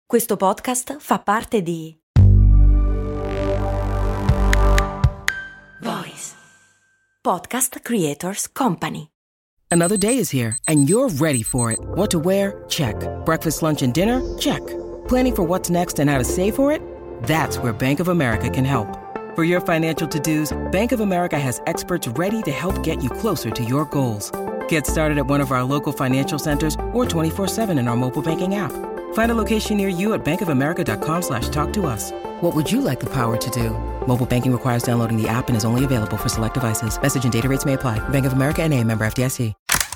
Questo podcast fa parte di Voice Podcast Creators Company. Another day is here, and you're ready for it. What to wear? Check. Breakfast, lunch, and dinner? Check. Planning for what's next and how to save for it? That's where Bank of America can help. For your financial to-dos, Bank of America has experts ready to help get you closer to your goals. Get started at one of our local financial centers or 24/7 in our mobile banking app. Find a location near you at bankofamerica.com/talktous. What would you like the power to do? Mobile banking requires downloading the app and is only available for select devices. Message and data rates may apply. Bank of America N.A., member FDIC.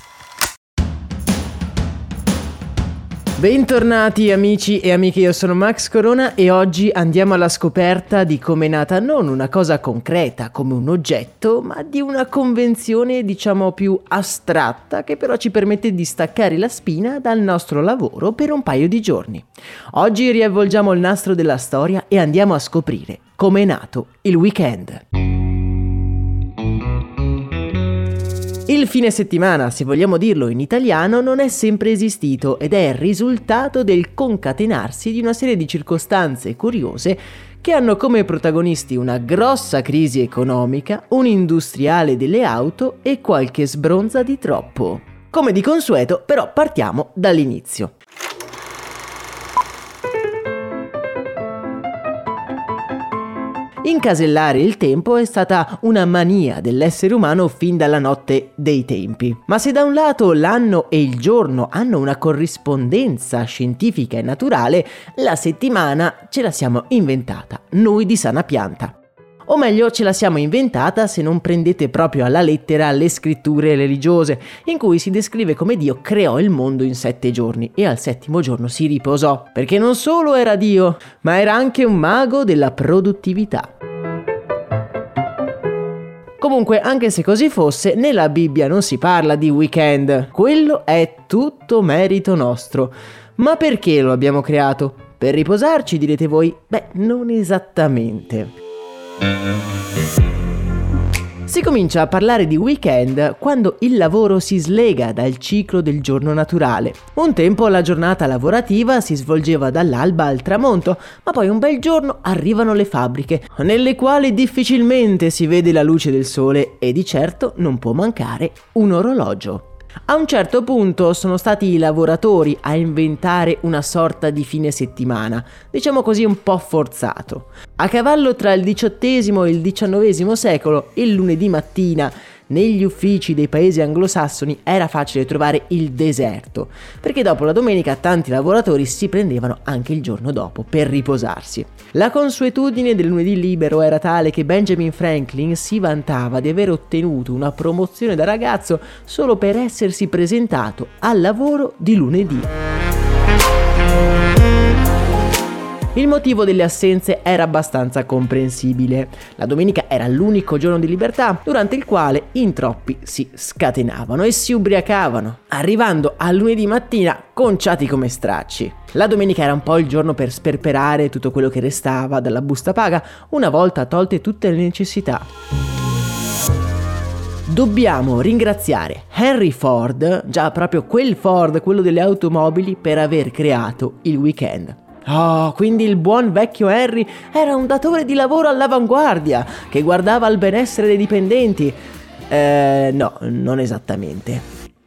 Bentornati amici e amiche, io sono Max Corona e oggi andiamo alla scoperta di come è nata non una cosa concreta come un oggetto, ma di una convenzione diciamo più astratta che però ci permette di staccare la spina dal nostro lavoro per un paio di giorni. Oggi riavvolgiamo il nastro della storia e andiamo a scoprire come è nato il weekend. Il fine settimana, se vogliamo dirlo in italiano, non è sempre esistito ed è il risultato del concatenarsi di una serie di circostanze curiose che hanno come protagonisti una grossa crisi economica, un industriale delle auto e qualche sbronza di troppo. Come di consueto, però partiamo dall'inizio. Incasellare il tempo è stata una mania dell'essere umano fin dalla notte dei tempi. Ma se da un lato l'anno e il giorno hanno una corrispondenza scientifica e naturale, la settimana ce la siamo inventata, noi di sana pianta. O meglio, ce la siamo inventata se non prendete proprio alla lettera le scritture religiose, in cui si descrive come Dio creò il mondo in 7 giorni e al 7° giorno si riposò, perché non solo era Dio, ma era anche un mago della produttività. Comunque, anche se così fosse, nella Bibbia non si parla di weekend, quello è tutto merito nostro. Ma perché lo abbiamo creato? Per riposarci, direte voi? Beh, non esattamente. Si comincia a parlare di weekend quando il lavoro si slega dal ciclo del giorno naturale. Un tempo la giornata lavorativa si svolgeva dall'alba al tramonto, ma poi un bel giorno arrivano le fabbriche, nelle quali difficilmente si vede la luce del sole e di certo non può mancare un orologio. A un certo punto sono stati i lavoratori a inventare una sorta di fine settimana, diciamo così un po' forzato. A cavallo tra il XVIII e il XIX secolo, il lunedì mattina, negli uffici dei paesi anglosassoni era facile trovare il deserto, perché dopo la domenica tanti lavoratori si prendevano anche il giorno dopo per riposarsi. La consuetudine del lunedì libero era tale che Benjamin Franklin si vantava di aver ottenuto una promozione da ragazzo solo per essersi presentato al lavoro di lunedì. Il motivo delle assenze era abbastanza comprensibile. La domenica era l'unico giorno di libertà durante il quale in troppi si scatenavano e si ubriacavano, arrivando al lunedì mattina conciati come stracci. La domenica era un po' il giorno per sperperare tutto quello che restava dalla busta paga una volta tolte tutte le necessità. Dobbiamo ringraziare Henry Ford, già proprio quel Ford, quello delle automobili, per aver creato il weekend. Oh, quindi il buon vecchio Henry era un datore di lavoro all'avanguardia, che guardava al benessere dei dipendenti. No, non esattamente.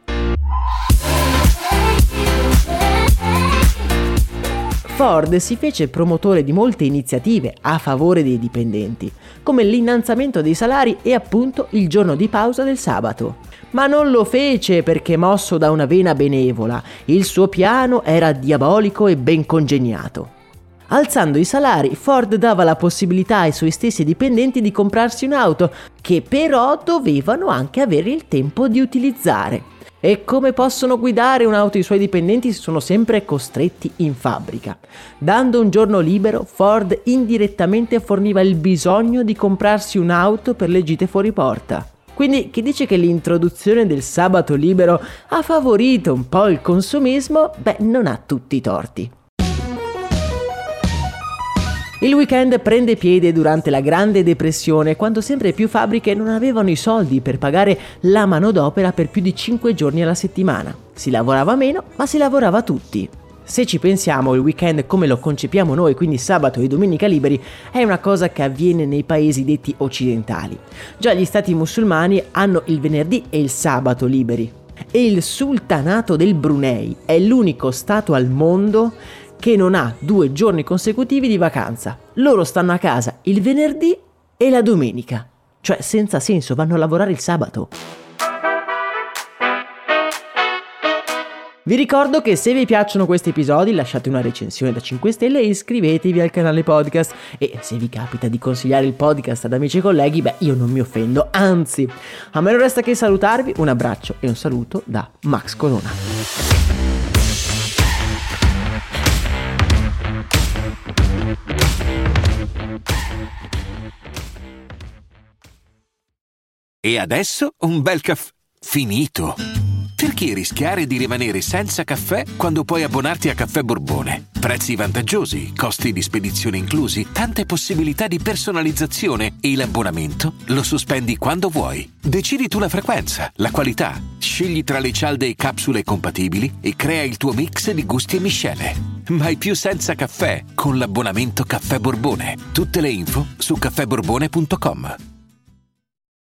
Ford si fece promotore di molte iniziative a favore dei dipendenti, come l'innalzamento dei salari e appunto il giorno di pausa del sabato. Ma non lo fece perché mosso da una vena benevola, il suo piano era diabolico e ben congegnato. Alzando i salari, Ford dava la possibilità ai suoi stessi dipendenti di comprarsi un'auto, che però dovevano anche avere il tempo di utilizzare. E come possono guidare un'auto i suoi dipendenti se sono sempre costretti in fabbrica? Dando un giorno libero, Ford indirettamente forniva il bisogno di comprarsi un'auto per le gite fuori porta. Quindi chi dice che l'introduzione del sabato libero ha favorito un po' il consumismo, non ha tutti i torti. Il weekend prende piede durante la Grande Depressione, quando sempre più fabbriche non avevano i soldi per pagare la manodopera per più di 5 giorni alla settimana. Si lavorava meno, ma si lavorava tutti. Se ci pensiamo, il weekend come lo concepiamo noi, quindi sabato e domenica liberi, è una cosa che avviene nei paesi detti occidentali. Già gli stati musulmani hanno il venerdì e il sabato liberi. E il sultanato del Brunei è l'unico stato al mondo che non ha 2 giorni consecutivi di vacanza. Loro stanno a casa il venerdì e la domenica. Cioè, senza senso, vanno a lavorare il sabato. Vi ricordo che se vi piacciono questi episodi lasciate una recensione da 5 stelle e iscrivetevi al canale podcast. E se vi capita di consigliare il podcast ad amici e colleghi, io non mi offendo, anzi. A me non resta che salutarvi, un abbraccio e un saluto da Max Corona. E adesso un bel caffè finito. Perché rischiare di rimanere senza caffè quando puoi abbonarti a Caffè Borbone? Prezzi vantaggiosi, costi di spedizione inclusi, tante possibilità di personalizzazione e l'abbonamento lo sospendi quando vuoi. Decidi tu la frequenza, la qualità, scegli tra le cialde e capsule compatibili e crea il tuo mix di gusti e miscele. Mai più senza caffè con l'abbonamento Caffè Borbone. Tutte le info su caffèborbone.com.